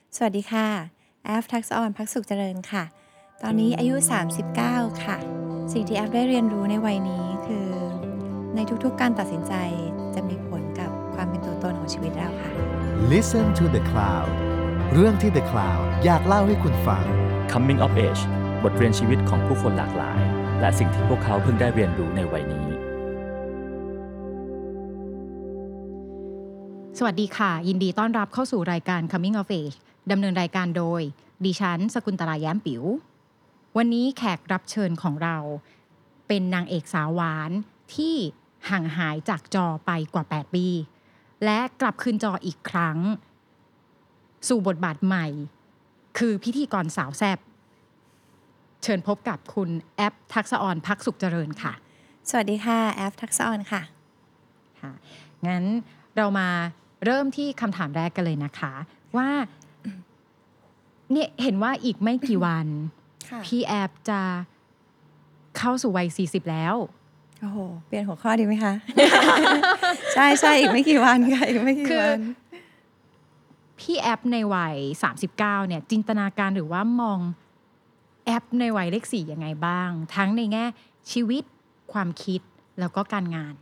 สวัสดีค่ะแอฟทักษะออนพักสุขเจริญค่ะตอนนี้อายุ39ค่ะสิ่งที่แอฟได้เรียนรู้ในวัยนี้คือในทุกๆการตัดสินใจจะมีผลกับความเป็นตัวตนของชีวิตเราค่ะ Listen to the Cloud เรื่องที่ The Cloud อยากเล่าให้คุณฟัง Coming of Age บทเรียนชีวิตของผู้คนหลากหลายและสิ่งที่พวกเขาเพิ่งได้เรียนรู้ในวัยนี้สวัสดีค่ะยินดีต้อนรับเข้าสู่รายการ Coming of Age ดำเนินรายการโดยดิฉันสกุลตลาแย้มปิ๋ววันนี้แขกรับเชิญของเราเป็นนางเอกสาวหวานที่ห่างหายจากจอไปกว่า8ปีและกลับคืนจออีกครั้งสู่บทบาทใหม่คือพิธีกรสาวแซ่บเชิญพบกับคุณแอปทักษะออนพักสุขเจริญค่ะสวัสดีค่ะแอฟทักษะออนค่ะค่ะงั้นเรามาเริ่มที่คำถามแรกกันเลยนะคะว่าเนี่ยเห็นว่าอีกไม่กี่วันพี่แอปจะเข้าสู่วัย40แล้วโอ้โหเปลี่ยนหัวข้อดีไหมคะ ใช่ใช่อีกไม่กี่วันค่ะอีกไม่กี่วันพี่แอปในวัย39เนี่ยจินตนาการหรือว่ามองแอปในวัยเลข4ยังไงบ้างทั้งในแง่ชีวิตความคิดแล้วก็การงาน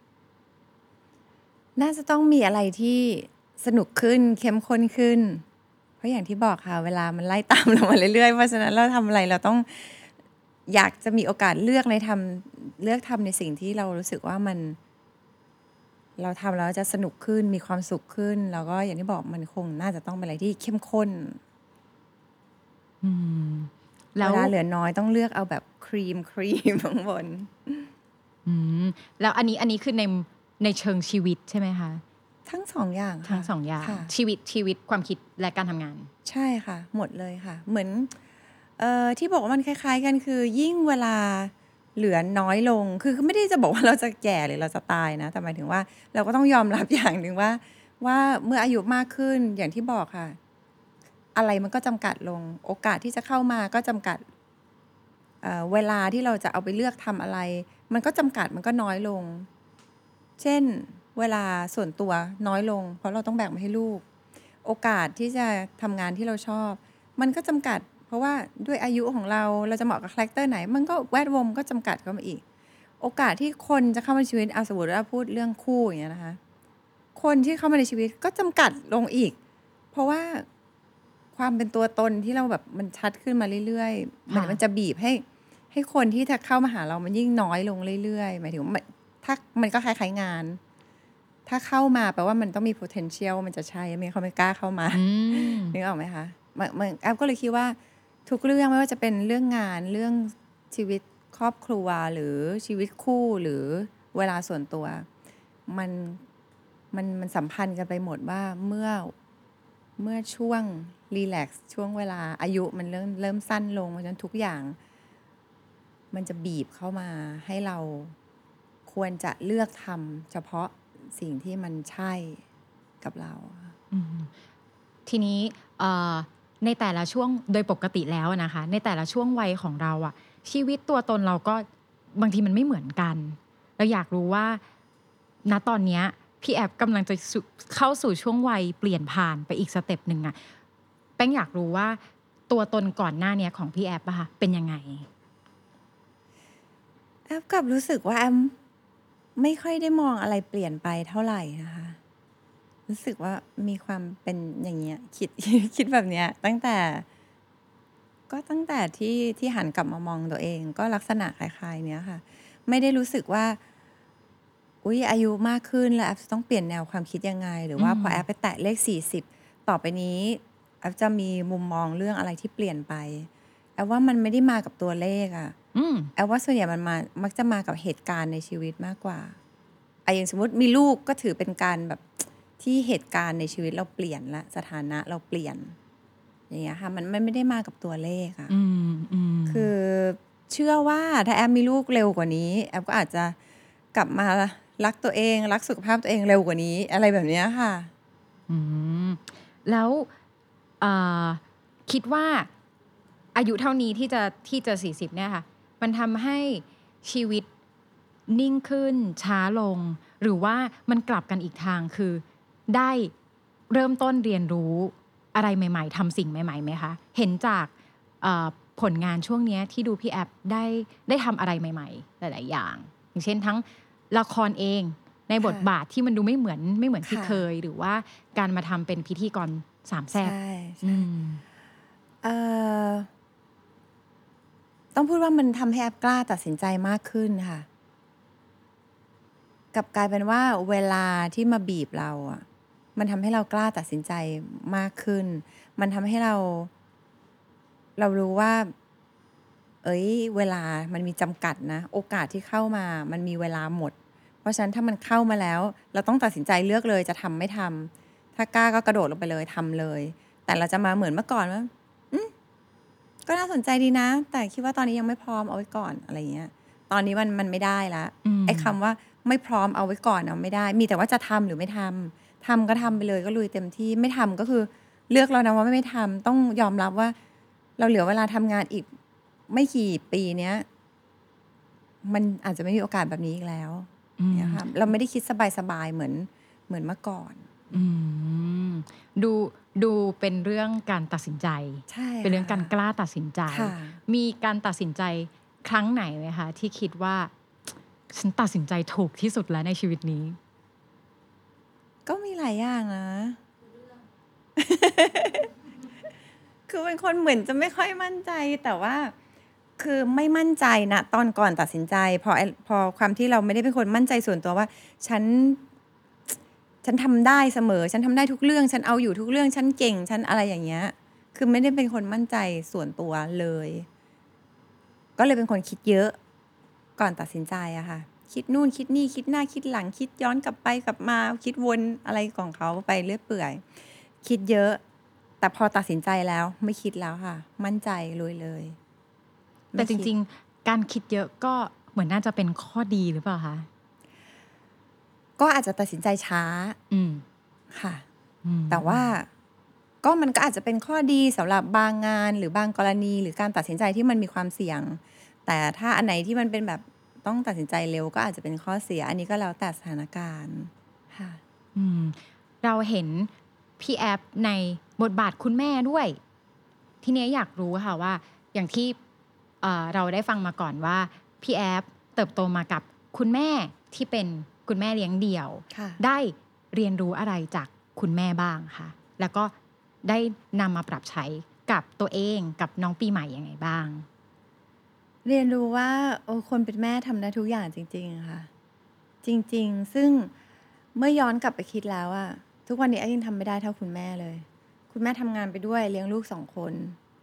น่าจะต้องมีอะไรที่สนุกขึ้นเข้มข้นขึ้นเพราะอย่างที่บอกค่ะเวลามันไล่ตามเรามาเรื่อยๆเพราะฉะนั้นเราทำอะไรเราต้องอยากจะมีโอกาสเลือกทำในสิ่งที่เรารู้สึกว่าเราทำแล้วจะสนุกขึ้นมีความสุขขึ้นแล้วก็อย่างที่บอกมันคงน่าจะต้องเป็นอะไรที่เข้มข้นแล้วเวลาเหลือน้อยต้องเลือกเอาแบบครีมข้างบนแล้วอันนี้คือในเชิงชีวิตใช่ไหมคะทั้งสองอย่างทั้งสองอย่างชีวิตความคิดและการทำงานใช่ค่ะหมดเลยค่ะเหมือนที่บอกว่ามันคล้ายๆกันคือยิ่งเวลาเหลือน้อยลงคือไม่ได้จะบอกว่าเราจะแก่หรือเราจะตายนะแต่หมายถึงว่าเราก็ต้องยอมรับอย่างหนึ่งว่าเมื่ออายุมากขึ้นอย่างที่บอกค่ะอะไรมันก็จำกัดลงโอกาสที่จะเข้ามาก็จำกัดเวลาที่เราจะเอาไปเลือกทำอะไรมันก็จำกัดมันก็น้อยลงเช่นเวลาส่วนตัวน้อยลงเพราะเราต้องแบ่งมาให้ลูกโอกาสที่จะทำงานที่เราชอบมันก็จำกัดเพราะว่าด้วยอายุของเราจะเหมาะกับคาแรคเตอร์ไหนมันก็แวดวงก็จำกัดเข้ามาอีกโอกาสที่คนจะเข้ามาในชีวิตสมมติว่าพูดเรื่องคู่อย่างเงี้ยนะคะคนที่เข้ามาในชีวิตก็จำกัดลงอีกเพราะว่าความเป็นตัวตนที่เราแบบมันชัดขึ้นมาเรื่อยๆมันจะบีบให้คนที่จะเข้ามาหาเรามันยิ่งน้อยลงเรื่อยๆหมายถึงถ้ามันก็คล้ายๆงานถ้าเข้ามาแปลว่ามันต้องมี potential มันจะใช่ไม่เขาไม่กล้าเข้ามานึกออกไหมคะแอปก็เลยคิดว่าทุกเรื่องไม่ว่าจะเป็นเรื่องงานเรื่องชีวิตครอบครัวหรือชีวิตคู่หรือเวลาส่วนตัวมันสัมพันธ์กันไปหมดว่าเมื่อช่วงรีแลกซ์ช่วงเวลาอายุมันเริ่มสั้นลงเพราะฉะนั้นทุกอย่างมันจะบีบเข้ามาให้เราควรจะเลือกทำเฉพาะสิ่งที่มันใช่กับเราทีนี้ในแต่ละช่วงโดยปกติแล้วนะคะในแต่ละช่วงวัยของเราอะชีวิตตัวตนเราก็บางทีมันไม่เหมือนกันเราอยากรู้ว่าณตอนนี้พี่แอฟกำลังจะเข้าสู่ช่วงวัยเปลี่ยนผ่านไปอีกสเต็ปหนึ่งอะแป้งอยากรู้ว่าตัวตนก่อนหน้านี้ของพี่แอฟอะค่ะเป็นยังไงแอฟกับรู้สึกว่าแอมไม่ค่อยได้มองอะไรเปลี่ยนไปเท่าไหร่นะคะรู้สึกว่ามีความเป็นอย่างเงี้ยคิดแบบเนี้ยตั้งแต่ที่หันกลับมามองตัวเองก็ลักษณะคล้ายๆเนี้ยค่ะไม่ได้รู้สึกว่าอายุมากขึ้นแล้วแอฟจะต้องเปลี่ยนแนวความคิดยังไงหรือว่าพอแอฟไปแตะเลข40ต่อไปนี้แอฟจะมีมุมมองเรื่องอะไรที่เปลี่ยนไปแอฟว่ามันไม่ได้มากับตัวเลขอะแอฟว่าส่วนใหญ่มันมักจะมากับเหตุการณ์ในชีวิตมากกว่าอย่างสมมติมีลูกก็ถือเป็นการแบบที่เหตุการณ์ในชีวิตเราเปลี่ยนละสถานะเราเปลี่ยนอย่างเงี้ยค่ะมันไม่ได้มากับตัวเลขอะคือเชื่อว่าถ้าแอฟมีลูกเร็วกว่านี้แอฟก็อาจจะกลับมารักตัวเองรักสุขภาพตัวเองเร็วกว่านี้อะไรแบบนี้ค่ะแล้วคิดว่าอายุเท่านี้ที่จะ40เนี่ยค่ะมันทำให้ชีวิตนิ่งขึ้นช้าลงหรือว่ามันกลับกันอีกทางคือได้เริ่มต้นเรียนรู้อะไรใหม่ๆทำสิ่งใหม่ๆไหมคะเห็นจากผลงานช่วงนี้ที่ดูพี่แอฟได้ทำอะไรใหม่ๆหลายๆอย่างอย่างเช่นทั้งละครเองในบทบาทที่มันดูไม่เหมือนที่เคยหรือว่าการมาทำเป็นพิธีกรสามแซ่บต้องพูดว่ามันทำให้แอฟกล้าตัดสินใจมากขึ้นค่ะกลับกลายเป็นว่าเวลาที่มาบีบเราอ่ะมันทำให้เรากล้าตัดสินใจมากขึ้นมันทำให้เรารู้ว่าเวลามันมีจำกัดนะโอกาสที่เข้ามามันมีเวลาหมดเพราะฉะนั้นถ้ามันเข้ามาแล้วเราต้องตัดสินใจเลือกเลยจะทำไม่ทำถ้ากล้าก็กระโดดลงไปเลยทำเลยแต่เราจะมาเหมือนเมื่อก่อนว่าก็น่าสนใจดีนะแต่คิดว่าตอนนี้ยังไม่พร้อมเอาไว้ก่อนอะไรเงี้ยตอนนี้มันไม่ได้ละไอ้คำว่าไม่พร้อมเอาไว้ก่อนเอาไม่ได้มีแต่ว่าจะทำหรือไม่ทำก็ทำไปเลยก็ลุยเต็มที่ไม่ทำก็คือเลือกแล้วนะว่าไม่ทำต้องยอมรับว่าเราเหลือเวลาทำงานอีกไม่กี่ปีเนี้ยมันอาจจะไม่มีโอกาสแบบนี้อีกแล้วเนี่ยค่ะเราไม่ได้คิดสบายๆเหมือนเมื่อก่อนดูเป็นเรื่องการตัดสินใจเป็นเรื่องการกล้าตัดสินใจมีการตัดสินใจครั้งไหนไหมคะที่คิดว่าฉันตัดสินใจถูกที่สุดแล้วในชีวิตนี้ก็มีหลายอย่างนะ คือเป็นคนเหมือนจะไม่ค่อยมั่นใจแต่ว่าคือไม่มั่นใจนะตอนก่อนตัดสินใจพอความที่เราไม่ได้เป็นคนมั่นใจส่วนตัวว่าฉันทำได้เสมอฉันทำได้ทุกเรื่องฉันเอาอยู่ทุกเรื่องฉันเก่งฉันอะไรอย่างเงี้ยคือไม่ได้เป็นคนมั่นใจส่วนตัวเลยก็เลยเป็นคนคิดเยอะก่อนตัดสินใจอะค่ะคิดนู่นคิดนี่คิดหน้าคิดหลังคิดย้อนกลับไปกลับมาคิดวนอะไรของเขาไปเรื่อยเปื่อยคิดเยอะแต่พอตัดสินใจแล้วไม่คิดแล้วค่ะมั่นใจเลยแต่จริงๆการคิดเยอะก็เหมือนน่าจะเป็นข้อดีหรือเปล่าคะก็อาจจะตัดสินใจช้าค่ะแต่ว่าก็มันก็อาจจะเป็นข้อดีสำหรับบางงานหรือบางกรณีหรือการตัดสินใจที่มันมีความเสี่ยงแต่ถ้าอันไหนที่มันเป็นแบบต้องตัดสินใจเร็วก็อาจจะเป็นข้อเสียอันนี้ก็แล้วแต่สถานการณ์ค่ะเราเห็นพี่แอฟในบทบาทคุณแม่ด้วยทีนี้อยากรู้ค่ะว่าอย่างที่เราได้ฟังมาก่อนว่าพี่แอฟเติบโตมากับคุณแม่ที่เป็นคุณแม่เลี้ยงเดี่ยวได้เรียนรู้อะไรจากคุณแม่บ้างคะแล้วก็ได้นำมาปรับใช้กับตัวเองกับน้องปีใหม่ยังไงบ้างเรียนรู้ว่าคนเป็นแม่ทำได้ทุกอย่างจริงๆค่ะจริงๆซึ่งเมื่อย้อนกลับไปคิดแล้วอะทุกวันนี้ยังทำไม่ได้เท่าคุณแม่เลยคุณแม่ทำงานไปด้วยเลี้ยงลูก2 คน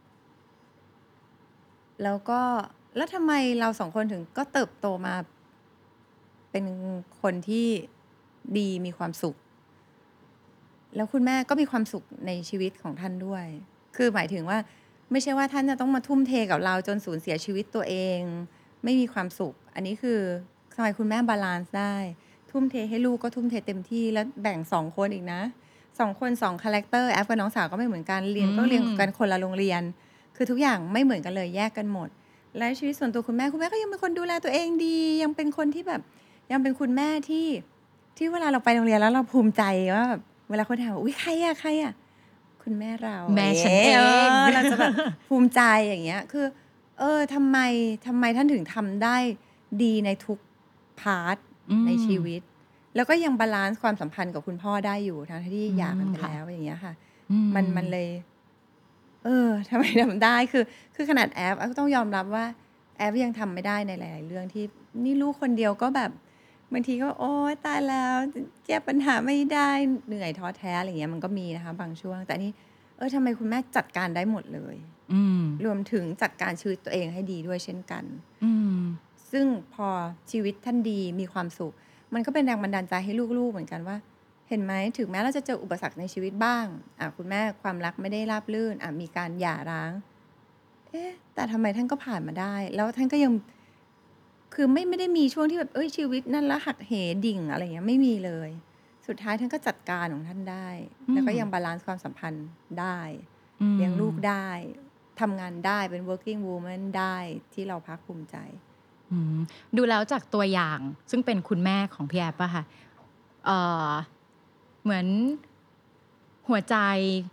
แล้วทำไมเรา2 คนถึงก็เติบโตมาเป็นคนที่ดีมีความสุขแล้วคุณแม่ก็มีความสุขในชีวิตของท่านด้วยคือหมายถึงว่าไม่ใช่ว่าท่านจะต้องมาทุ่มเทกับเราจนสูญเสียชีวิตตัวเองไม่มีความสุขอันนี้คือทำไมคุณแม่บาลานซ์ได้ทุ่มเทให้ลูกก็ทุ่มเทเต็มที่แล้วแบ่ง2 คนอีกนะ2 คน2 คาแรคเตอร์แอฟกับน้องสาวก็ไม่เหมือนกันเรียนก็เรียนกันคนละโรงเรียนคือทุกอย่างไม่เหมือนกันเลยแยกกันหมดและชีวิตส่วนตัวคุณแม่ก็ยังเป็นคนดูแลตัวเองดียังเป็นคนที่แบบยังเป็นคุณแม่ที่เวลาเราไปโรงเรียนแล้วเราภูมิใจว่าแบบเวลาคนถามว่าอุ๊ยใครอะคุณแม่เราแม่ฉันเองเราจะแบบภูมิใจอย่างเงี้ยคือทำไมท่านถึงทำได้ดีในทุกพาร์ทในชีวิตแล้วก็ยังบาลานซ์ความสัมพันธ์กับคุณพ่อได้อยู่ทั้งที่หย่ากันไปแล้วอย่างเงี้ยค่ะมันเลยทำไมทำได้คือขนาดแอฟก็ต้องยอมรับว่าแอฟยังทำไม่ได้ในหลายๆเรื่องที่นี่ลูกคนเดียวก็แบบบางทีก็โอ๊ยตายแล้วแก้ปัญหาไม่ได้เหนื่อยท้อแท้อะไรเงี้ยมันก็มีนะคะบางช่วงแต่นี่ทำไมคุณแม่จัดการได้หมดเลยรวมถึงจัดการชีวิตตัวเองให้ดีด้วยเช่นกันซึ่งพอชีวิตท่านดีมีความสุขมันก็เป็นแรงบันดาลใจให้ลูกๆเหมือนกันว่าเห็นไหมถึงแม้เราจะเจออุปสรรคในชีวิตบ้างคุณแม่ความรักไม่ได้ราบรื่นมีการหย่าร้างแต่ทำไมท่านก็ผ่านมาได้แล้วท่านก็ยังคือไม่ได้มีช่วงที่แบบชีวิตนั่นละหักเหดิ่งอะไรเงี้ยไม่มีเลยสุดท้ายท่านก็จัดการของท่านได้แล้วก็ยังบาลานซ์ความสัมพันธ์ได้เลี้ยงลูกได้ทำงานได้เป็น working woman ได้ที่เราภาคภูมิใจดูแล้วจากตัวอย่างซึ่งเป็นคุณแม่ของพี่แอฟป่ะค่ะเหมือนหัวใจ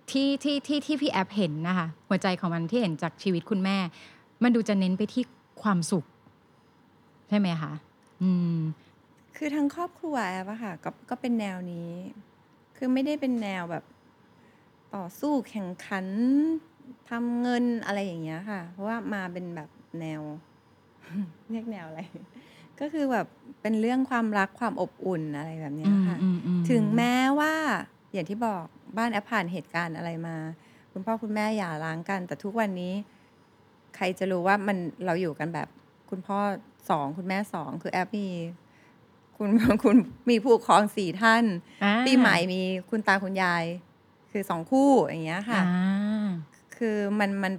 ที่พี่แอฟเห็นนะคะหัวใจของมันที่เห็นจากชีวิตคุณแม่ มันดูจะเน้นไปที่ความสุขใช่ไหมคะคือทั้งครอบครัวแอปอะค่ะก็เป็นแนวนี้ คือไม่ได้เป็นแนวแบบต่อสู้แข่งขันทำเงินอะไรอย่างเงี้ยค่ะ เพราะว่ามาเป็นแบบแนว เรียกแนวอะไร ก็คือแบบเป็นเรื่องความรักความอบอุ่นอะไรแบบเนี้ยค่ะ ถึงแม้ว่าอย่างที่บอกบ้านแอปผ่านเหตุการณ์อะไรมา คุณพ่อคุณแม่หย่าร้างกัน แต่ทุกวันนี้ ใครจะรู้ว่าเราอยู่กันแบบคุณพ่อ2คุณแม่2คือแอปมีคุณมีผู้ปกครอง4ท่านปีใหม่มีคุณตาคุณยายคือ2คู่อย่างเงี้ยค่ะคือมัน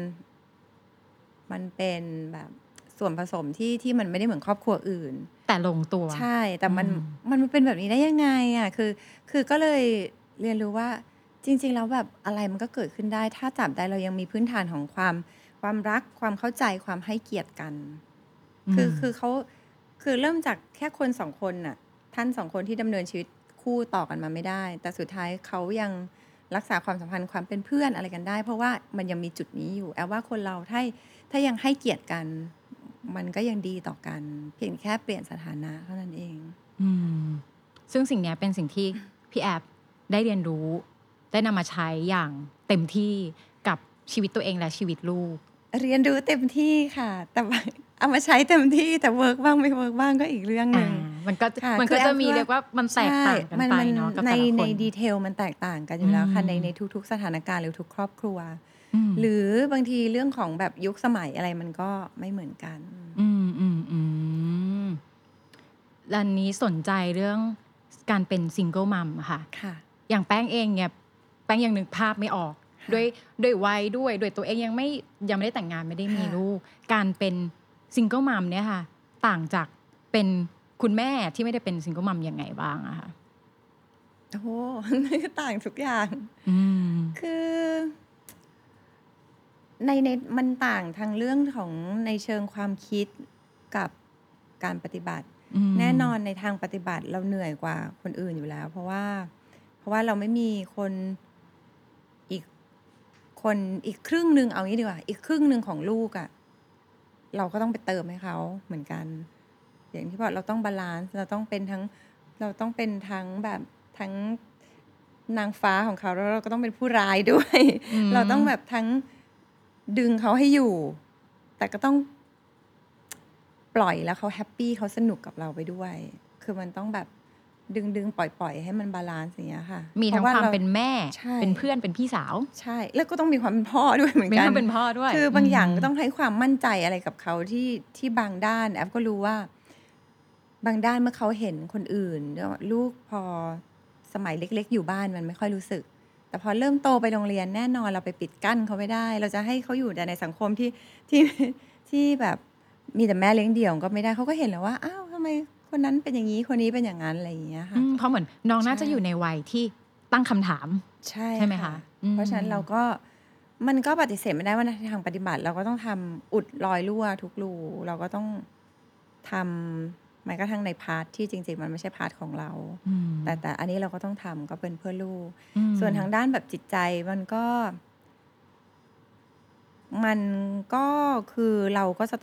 เป็นแบบส่วนผสมที่มันไม่ได้เหมือนครอบครัวอื่นแต่ลงตัวใช่แต่มันเป็นแบบนี้ได้ยังไงอ่ะคือก็เลยเรียนรู้ว่าจริงๆแล้วแบบอะไรมันก็เกิดขึ้นได้ถ้าจับได้เรายังมีพื้นฐานของความรักความเข้าใจความให้เกียรติกันคือเขาคือเริ่มจากแค่คน2คนน่ะท่าน2คนที่ดำเนินชีวิตคู่ต่อกันมาไม่ได้แต่สุดท้ายเขายังรักษาความสัมพันธ์ความเป็นเพื่อนอะไรกันได้เพราะว่ามันยังมีจุดนี้อยู่แอบว่าคนเราถ้ายังให้เกียรติกันมันก็ยังดีต่อกันเพียงแค่เปลี่ยนสถานะเท่านั้นเองซึ่งสิ่งนี้เป็นสิ่งที่พี่แอฟได้เรียนรู้ได้นำมาใช้อย่างเต็มที่กับชีวิตตัวเองและชีวิตลูกเรียนรู้เต็มที่ค่ะแต่เอามาใช้เต็มที่แต่เวิร์กบ้างไม่เวิร์กบ้างก็อีกเรื่องนึงมันก็จะมีเรียกว่ามันแตกต่างกันไปเนาะกับแต่ละคนในดีเทลมันแตกต่างกันอยู่แล้วค่ะในทุกๆสถานการณ์หรือทุกครอบครัวหรือบางทีเรื่องของแบบยุคสมัยอะไรมันก็ไม่เหมือนกันอันนี้สนใจเรื่องการเป็นซิงเกิลมัมค่ะอย่างแป้งเองเนี่ยแป้งยังนึกภาพไม่ออกด้วยวัยด้วยตัวเองยังไม่ได้แต่งงานไม่ได้มีลูกการเป็นซิงเกิลมัมเนี่ยค่ะต่างจากเป็นคุณแม่ที่ไม่ได้เป็นซิงเกิลมัมยังไงบ้างอะคะโอ้โหต่างทุกอย่างคือในมันต่างทางเรื่องของในเชิงความคิดกับการปฏิบัติแน่นอนในทางปฏิบัติเราเหนื่อยกว่าคนอื่นอยู่แล้วเพราะว่าเราไม่มีคนอีกครึ่งนึงเอางี้ดีกว่าอีกครึ่งนึงของลูกอ่ะเราก็ต้องไปเติมให้เขาเหมือนกันอย่างที่บอกเราต้องบาลานซ์เราต้องเป็นทั้งแบบทั้งนางฟ้าของเขาแล้วเราก็ต้องเป็นผู้ร้ายด้วยเราต้องแบบทั้งดึงเขาให้อยู่แต่ก็ต้องปล่อยแล้วเขาแฮปปี้เขาสนุกกับเราไปด้วยคือมันต้องแบบดึงปล่อยให้มันบาลานซ์อย่างเงี้ยค่ะมีทั้งความเป็นแม่เป็นเพื่อนเป็นพี่สาวใช่แล้วก็ต้องมีความเป็นพ่อด้วยเหมือนกันเป็นพ่อด้วยคือบางอย่างก็ต้องให้ความมั่นใจอะไรกับเขาที่บางด้านแอฟก็รู้ว่าบางด้านเมื่อเขาเห็นคนอื่นลูกพอสมัยเล็กๆอยู่บ้านมันไม่ค่อยรู้สึกแต่พอเริ่มโตไปโรงเรียนแน่นอนเราไปปิดกั้นเขาไม่ได้เราจะให้เขาอยู่แต่ในสังคมที่แบบมีแต่แม่เลี้ยงเดี่ยวก็ไม่ได้เขาก็เห็นแล้วว่าอ้าวทำไมคนนั้นเป็นอย่างนี้คนนี้เป็นอย่างนั้นอะไรอย่างเงี้ยค่ะเพราะเหมือนน้องน่าจะอยู่ในวัยที่ตั้งคำถามใช่ไหมคะเพราะฉะนั้นเราก็มันก็ปฏิเสธไม่ได้ว่าในทางปฏิบัติเราก็ต้องทำอุดรอยรั่วทุกรูเราก็ต้องทำแม้กระทั่งในพาร์ทที่จริงๆมันไม่ใช่พาร์ทของเราแต่อันนี้เราก็ต้องทำก็เป็นเพื่อลูกส่วนทางด้านแบบจิตใจมันก็คือเราก็จะ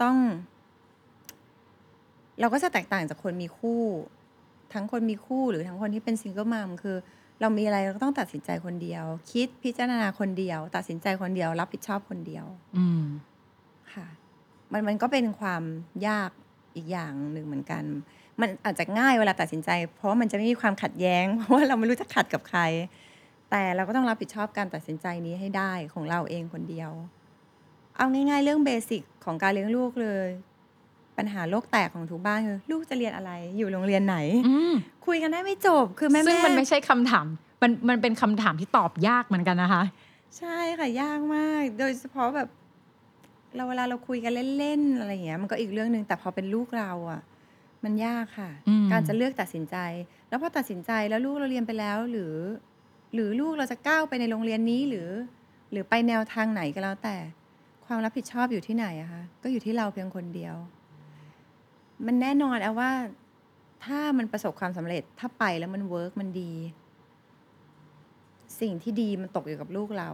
แตกต่างจากคนมีคู่ทั้งคนมีคู่หรือทั้งคนที่เป็นซิงเกิลมัมคือเรามีอะไรเราก็ต้องตัดสินใจคนเดียวคิดพิจารณาคนเดียวตัดสินใจคนเดียวรับผิดชอบคนเดียวค่ะมันก็เป็นความยากอีกอย่างหนึ่งเหมือนกันมันอาจจะง่ายเวลาตัดสินใจเพราะมันจะไม่มีความขัดแย้งเพราะว่าเราไม่รู้จะขัดกับใครแต่เราก็ต้องรับผิดชอบการตัดสินใจนี้ให้ได้ของเราเองคนเดียวเอาง่ายๆเรื่องเบสิกของการเลี้ยงลูกเลยปัญหาโลกแตกของทุกบ้านคือลูกจะเรียนอะไรอยู่โรงเรียนไหนคุยกันได้ไม่จบคือแม่ซึ่งมันไม่ใช่คำถามมันเป็นคำถามที่ตอบยากเหมือนกันนะคะใช่ค่ะยากมากโดยเฉพาะแบบเวลาเราคุยกันเล่นๆอะไรอย่างเงี้ยมันก็อีกเรื่องนึงแต่พอเป็นลูกเราอ่ะมันยากค่ะการจะเลือกตัดสินใจแล้วพอตัดสินใจแล้วลูกเราเรียนไปแล้วหรือลูกเราจะก้าวไปในโรงเรียนนี้หรือไปแนวทางไหนก็แล้วแต่ความรับผิดชอบอยู่ที่ไหนอะคะก็อยู่ที่เราเพียงคนเดียวมันแน่นอนว่าถ้ามันประสบความสำเร็จถ้าไปแล้วมันเวิร์กมันดีสิ่งที่ดีมันตกอยู่กับลูกเรา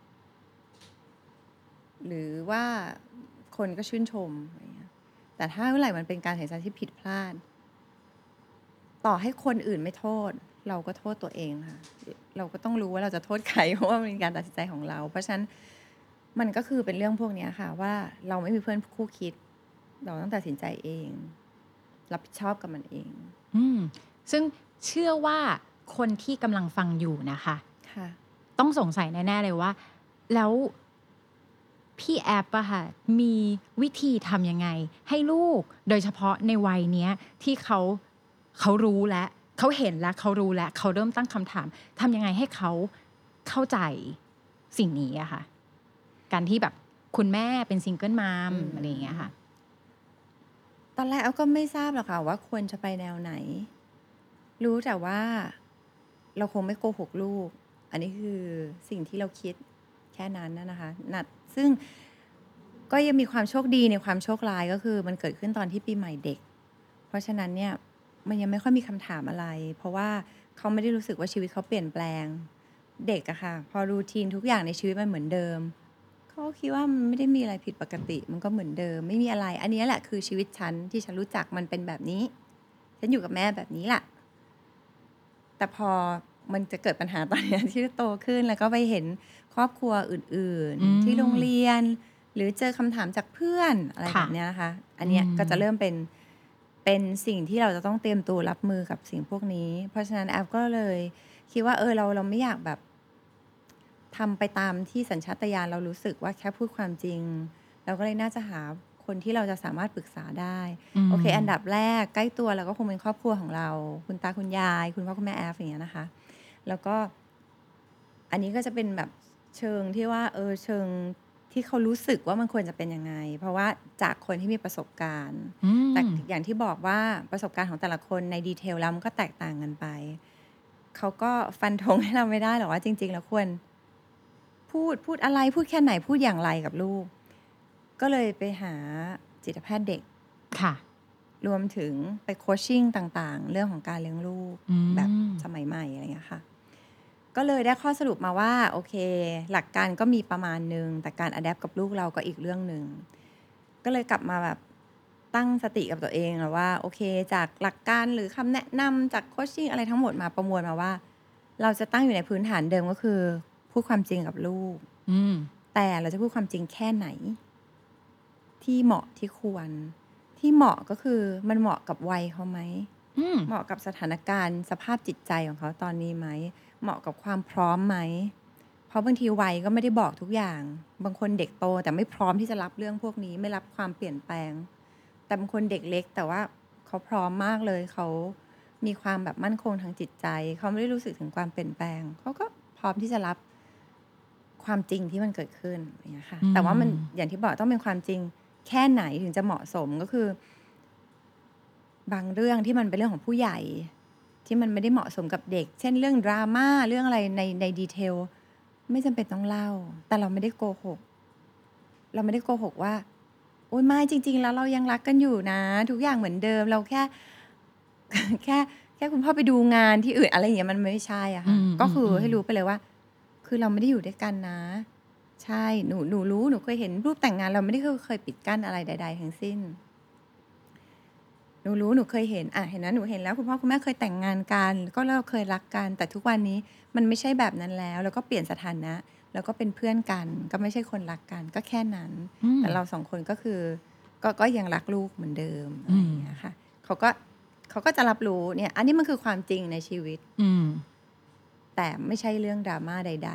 หรือว่าคนก็ชื่นชมอะไรเงี้ยแต่ถ้าเมื่อไหร่มันเป็นการตัดสินใจที่ผิดพลาด ต่อให้คนอื่นไม่โทษ เราก็โทษตัวเองค่ะ เราก็ต้องรู้ว่าเราจะโทษใคร เพราะว่ามันเป็นการตัดสินใจของเรา เพราะฉะนั้นมันก็คือเป็นเรื่องพวกนี้ค่ะ ว่าเราไม่มีเพื่อนคู่คิด เราต้องตัดสินใจเอง รับผิดชอบกับมันเองซึ่งเชื่อว่าคนที่กำลังฟังอยู่นะคะค่ะต้องสงสัยแน่ๆเลยว่า แล้วพี่แอปอะค่ะมีวิธีทำยังไง ให้ลูกโดยเฉพาะในวัยเนี้ยที่เขารู้แล้วเขาเห็นแล้วเขารู้แล้วเขาเริ่มตั้งคำถามทำยังไงให้เขาเข้าใจสิ่งนี้อะค่ะ การที่แบบคุณแม่เป็นซิงเกิลมัมอะไรอย่างเงี้ยค่ะตอนแรกก็ไม่ทราบหรอกค่ะว่าควรจะไปแนวไหน รู้แต่ว่าเราคงไม่โกหกลูก อันนี้คือสิ่งที่เราคิดแค่นั้นนะคะซึ่งก็ยังมีความโชคดีในความโชคร้ายก็คือมันเกิดขึ้นตอนที่ปีใหม่เด็ก เพราะฉะนั้นเนี่ยมันยังไม่ค่อยมีคำถามอะไร เพราะว่าเขาไม่ได้รู้สึกว่าชีวิตเขาเปลี่ยนแปลงเด็กอะค่ะพอรูทีนทุกอย่างในชีวิตมันเหมือนเดิมเขาคิดว่ามันไม่ได้มีอะไรผิดปกติมันก็เหมือนเดิมไม่มีอะไรอันนี้แหละคือชีวิตฉันที่ฉันรู้จักมันเป็นแบบนี้ฉันอยู่กับแม่แบบนี้แหละแต่พอมันจะเกิดปัญหาตอนนี้ที่โตขึ้นแล้วก็ไปเห็นครอบครัวอื่นๆที่โรงเรียนหรือเจอคำถามจากเพื่อนอะไรแบบนี้นะคะอันนี้ก็จะเริ่มเป็นสิ่งที่เราจะต้องเตรียมตัวรับมือกับสิ่งพวกนี้เพราะฉะนั้นแอปก็เลยคิดว่าเราไม่อยากแบบทำไปตามที่สัญชาตญาณเรารู้สึกว่าแค่พูดความจริงเราก็เลยน่าจะหาคนที่เราจะสามารถปรึกษาได้โอเคอันดับแรกใกล้ตัวเราก็คงเป็นครอบครัวของเราคุณตาคุณยายคุณพ่อคุณแม่แอฟอย่างเงี้ยนะคะแล้วก็อันนี้ก็จะเป็นแบบเชิงที่ว่าเชิงที่เขารู้สึกว่ามันควรจะเป็นยังไงเพราะว่าจากคนที่มีประสบการณ์แต่อย่างที่บอกว่าประสบการณ์ของแต่ละคนในดีเทลแล้วมันก็แตกต่างกันไปเขาก็ฟันธงให้เราไม่ได้หรอกว่าจริงๆแล้วควรพูดอะไรพูดแค่ไหนพูดอย่างไรกับลูกก็เลยไปหาจิตแพทย์เด็กค่ะรวมถึงไปโคชชิ่งต่างๆเรื่องของการเลี้ยงลูกแบบสมัยใหม่อะไรอย่างเงี้ยค่ะก็เลยได้ข้อสรุปมาว่าโอเคหลักการก็มีประมาณนึงแต่การอะแดปกับลูกเราก็อีกเรื่องนึงก็เลยกลับมาแบบตั้งสติกับตัวเองแล้วว่าโอเคจากหลักการหรือคำแนะนำจากโคชชิ่งอะไรทั้งหมดมาประมวลมาว่าเราจะตั้งอยู่ในพื้นฐานเดิมก็คือพูดความจริงกับลูกแต่เราจะพูดความจริงแค่ไหนที่เหมาะที่ควรที่เหมาะก็คือมันเหมาะกับวัยเขาไหมเหมาะกับสถานการณ์สภาพจิตใจของเขาตอนนี้ไหมเหมาะกับความพร้อมไหมเพราะบางทีวัยก็ไม่ได้บอกทุกอย่างบางคนเด็กโตแต่ไม่พร้อมที่จะรับเรื่องพวกนี้ไม่รับความเปลี่ยนแปลงแต่บางคนเด็กเล็กแต่ว่าเขาพร้อมมากเลยเขามีความแบบมั่นคงทางจิตใจเขาไม่ได้รู้สึกถึงความเปลี่ยนแปลงเขาก็พร้อมที่จะรับความจริงที่มันเกิดขึ้นอย่างเงี้ยค่ะแต่ว่ามันอย่างที่บอกต้องเป็นความจริงแค่ไหนถึงจะเหมาะสมก็คือบางเรื่องที่มันเป็นเรื่องของผู้ใหญ่ที่มันไม่ได้เหมาะสมกับเด็กเช่นเรื่องดราม่าเรื่องอะไรในดีเทลไม่จำเป็นต้องเล่าแต่เราไม่ได้โกหกว่าโอ๊ยไม่จริงๆแล้วเรายังรักกันอยู่นะทุกอย่างเหมือนเดิมเราแค่คุณพ่อไปดูงานที่อื่นอะไรอย่างเงี้ยมันไม่ใช่อะค่ะก็คือให้รู้ไปเลยว่าคือเราไม่ได้อยู่ด้วยกันนะใช่หนูรู้หนูเคยเห็นรูปแต่งงานเราไม่ได้เคยปิดกั้นอะไรใดๆทั้งสิ้นหนูรู้หนูเคยเห็นเห็นนะหนูเห็นแล้วคุณพ่อคุณแม่เคยแต่งงานกันก็เราเคยรักกันแต่ทุกวันนี้มันไม่ใช่แบบนั้นแล้วก็เปลี่ยนสถานะแล้วก็เป็นเพื่อนกันก็ไม่ใช่คนรักกันก็แค่นั้นแต่เราสองคนก็คือก็ยังรักลูกเหมือนเดิมอะไรอย่างเงี้ยค่ะเขาก็จะรับรู้เนี่ยอันนี้มันคือความจริงในชีวิตแต่ไม่ใช่เรื่องดราม่าใด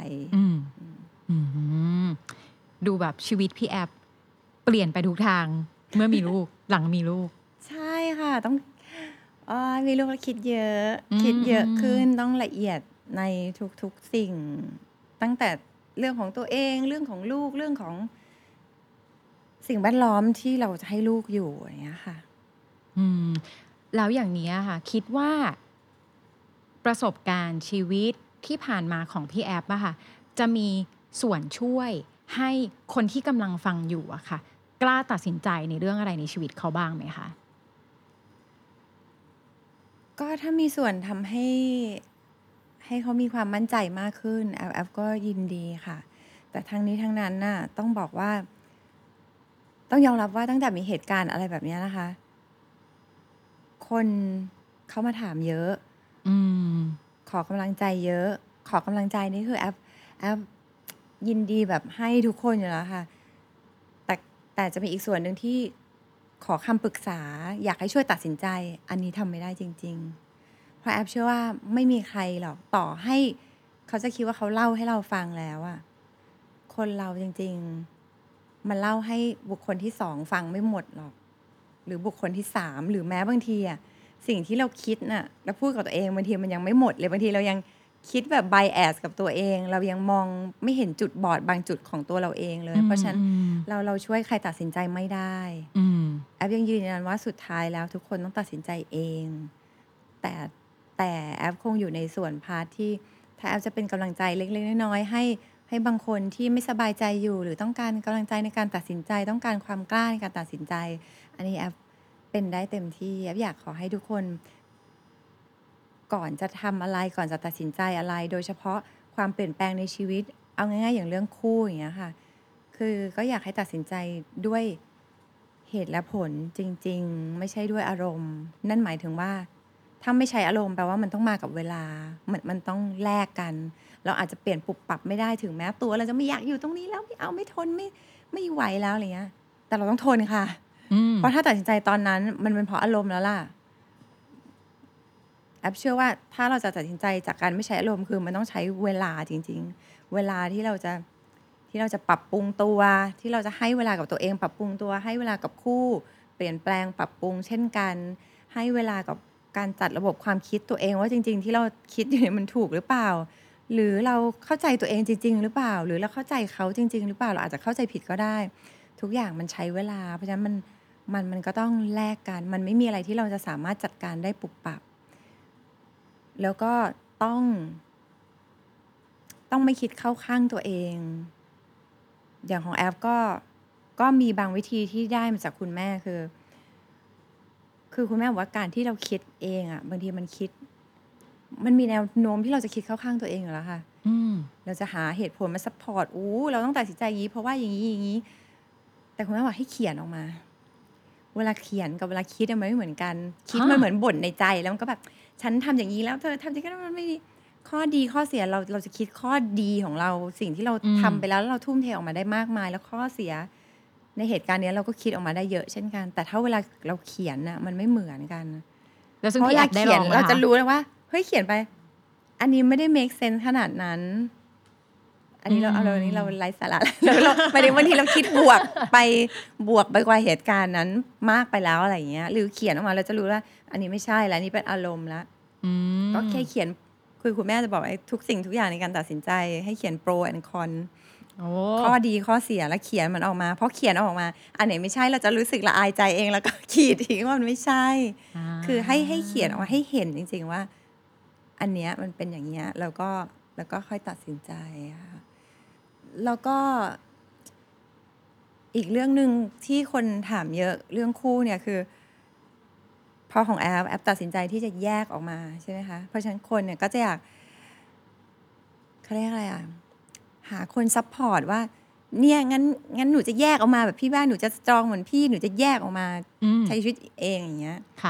ๆดูแบบชีวิตพี่แอปเปลี่ยนไปทุกทางเมื่อมีลูกหลังมีลูกใช่ค่ะต้องมีลูกแล้วคิดเยอะขึ้นต้องละเอียดในทุกๆสิ่งตั้งแต่เรื่องของตัวเองเรื่องของลูกเรื่องของสิ่งแวดล้อมที่เราจะให้ลูกอยู่อย่างเงี้ยค่ะแล้วอย่างนี้ค่ะคิดว่าประสบการณ์ชีวิตที่ผ่านมาของพี่แอปอะค่ะจะมีส่วนช่วยให้คนที่กำลังฟังอยู่อะค่ะกล้าตัดสินใจในเรื่องอะไรในชีวิตเขาบ้างไหมคะก็ถ้ามีส่วนทำให้เขามีความมั่นใจมากขึ้นแอฟก็ยินดีค่ะ แต่ทั้งนี้ทั้งนั้นน่ะต้องบอกว่า ต้องยอมรับว่าตั้งแต่มีเหตุการณ์อะไรแบบนี้นะคะ คนเขามาถามเยอะอืมขอกำลังใจเยอะ ขอกำลังใจนี่คือแอปยินดีแบบให้ทุกคนอยู่แล้วค่ะ แต่จะมีอีกส่วนหนึ่งที่ขอคำปรึกษา อยากให้ช่วยตัดสินใจ อันนี้ทำไม่ได้จริง ๆ เพราะแอปเชื่อว่าไม่มีใครหรอกต่อให้เขาจะคิดว่าเขาเล่าให้เราฟังแล้วอะคนเราจริงๆมันเล่าให้บุคคลที่สองฟังไม่หมดหรอก หรือบุคคลที่สามหรือแม้บางทีอะสิ่งที่เราคิดน่ะแล้วพูดกับตัวเองบางทีมันยังไม่หมดเลยบางทีเรายังคิดแบบ bias กับตัวเอง เรายังมองไม่เห็นจุดบอดบางจุดของตัวเราเองเลย เพราะฉะนั้นเราช่วยใครตัดสินใจไม่ได้แอปยังยืนยันว่าสุดท้ายแล้วทุกคนต้องตัดสินใจเอง แต่แอปคงอยู่ในส่วนพาร์ทที่ถ้าแอปจะเป็นกำลังใจเล็กๆน้อยๆให้บางคนที่ไม่สบายใจอยู่หรือต้องการกำลังใจในการตัดสินใจต้องการความกล้าในการตัดสินใจ อันนี้แอปเป็นได้เต็มที่แอปอยากขอให้ทุกคนก่อนจะทำอะไรก่อนจะตัดสินใจอะไร โดยเฉพาะความเปลี่ยนแปลงในชีวิตเอาง่ายๆอย่างเรื่องคู่อย่างเงี้ยค่ะคือก็อยากให้ตัดสินใจด้วยเหตุและผลจริงๆไม่ใช่ด้วยอารมณ์นั่นหมายถึงว่าถ้าไม่ใช้อารมณ์แปลว่ามันต้องมากับเวลามันต้องแลกกันเราอาจจะเปลี่ยนปุบปรับไม่ได้ถึงแม้ตัวเราจะไม่อยากอยู่ตรงนี้แล้วไม่ทนไม่ไหวแล้วอะไรเงี้ยแต่เราต้องทนค่ะเพราะถ้าตัดสินใจตอนนั้นมันเป็นเพราะอารมณ์แล้วล่ะแอปเชื่อว่าถ้าเราจะตัดสินใจจากการไม่ใช้อารมณ์คือมันต้องใช้เวลาจริงๆเวลาที่เราจะปรับปรุงตัวที่เราจะให้เวลากับตัวเองปรับปรุงตัวให้เวลากับคู่เปลี่ยนแปลงปรับปรุงเช่นกันให้เวลากับการจัดระบบความคิดตัวเองว่าจริงๆที่เราคิดอยู่เนี่ยมันถูกหรือเปล่าหรือเราเข้าใจตัวเองจริงๆหรือเปล่าหรือเราเข้าใจเขาจริงๆหรือเปล่าเราอาจจะเข้าใจผิดก็ได้ทุกอย่างมันใช้เวลาเพราะฉะนั้นมันก็ต้องแลกกันมันไม่มีอะไรที่เราจะสามารถจัดการได้ปุบปับแล้วก็ต้องไม่คิดเข้าข้างตัวเองอย่างของแอฟก็มีบางวิธีที่ได้มาจากคุณแม่คือคุณแม่บอกว่าการที่เราคิดเองอ่ะบางทีมันมีแนวโน้มที่เราจะคิดเข้าข้างตัวเองอยู่แล้วค่ะเราจะหาเหตุผลมาซัพพอร์ตเราต้องตัดสินใจอย่างนี้เพราะว่าอย่างนี้แต่คุณแม่บอกให้เขียนออกมาเวลาเขียนกับเวลาคิดมันไม่เหมือนกันคิดมันเหมือนบ่นในใจแล้วมันก็แบบฉันทำอย่างนี้แล้วเธอทำอย่างนั้นมันไม่ดีข้อดีข้อเสียเราจะคิดข้อดีของเราสิ่งที่เราทำไปแล้วเราทุ่มเทออกมาได้มากมายแล้วข้อเสียในเหตุการณ์นี้เราก็คิดออกมาได้เยอะเช่นกันแต่ถ้าเวลาเราเขียนน่ะมันไม่เหมือนกันแล้วซึ่งพี่แอปได้ลองเราจะรู้เลยว่าเฮ้ยเขียนไปอันนี้ไม่ได้ make sense ขนาดนั้นอันนี้เราไร้สาระเราบางทีเราคิดบวกไปกว่าเหตุการณ์นั้นมากไปแล้วอะไรอย่างเงี้ยหรือเขียนออกมาเราจะรู้ว่าอันนี้ไม่ใช่แล้วอันนี้เป็นอารมณ์แล้วก็แค่เขียนคือคุณแม่จะบอกทุกสิ่งทุกอย่างในการตัดสินใจให้เขียน pro and con ข้อดีข้อเสียแล้วเขียนมันออกมาเพราะเขียนออกมาอันไหนไม่ใช่เราจะรู้สึกละอายใจเองแล้วก็ขีดทิ้งว่ามันไม่ใช่คือให้เขียนออกมาให้เห็นจริงๆว่าอันเนี้ยมันเป็นอย่างเงี้ยแล้วก็ค่อยตัดสินใจค่ะแล้วก็อีกเรื่องนึงที่คนถามเยอะเรื่องคู่เนี่ยคือพอของแอปตัดสินใจที่จะแยกออกมาใช่ไหมคะเพราะฉะนั้นคนเนี่ยก็จะอยากเขาเรียกอะไรหาคนซัพพอร์ตว่าเนี่ยงั้นหนูจะแยกออกมาแบบพี่บ้านหนูจะสตรองเหมือนพี่หนูจะแยกออกมาใช้ชีวิตเองอย่างเงี้ยค่ะ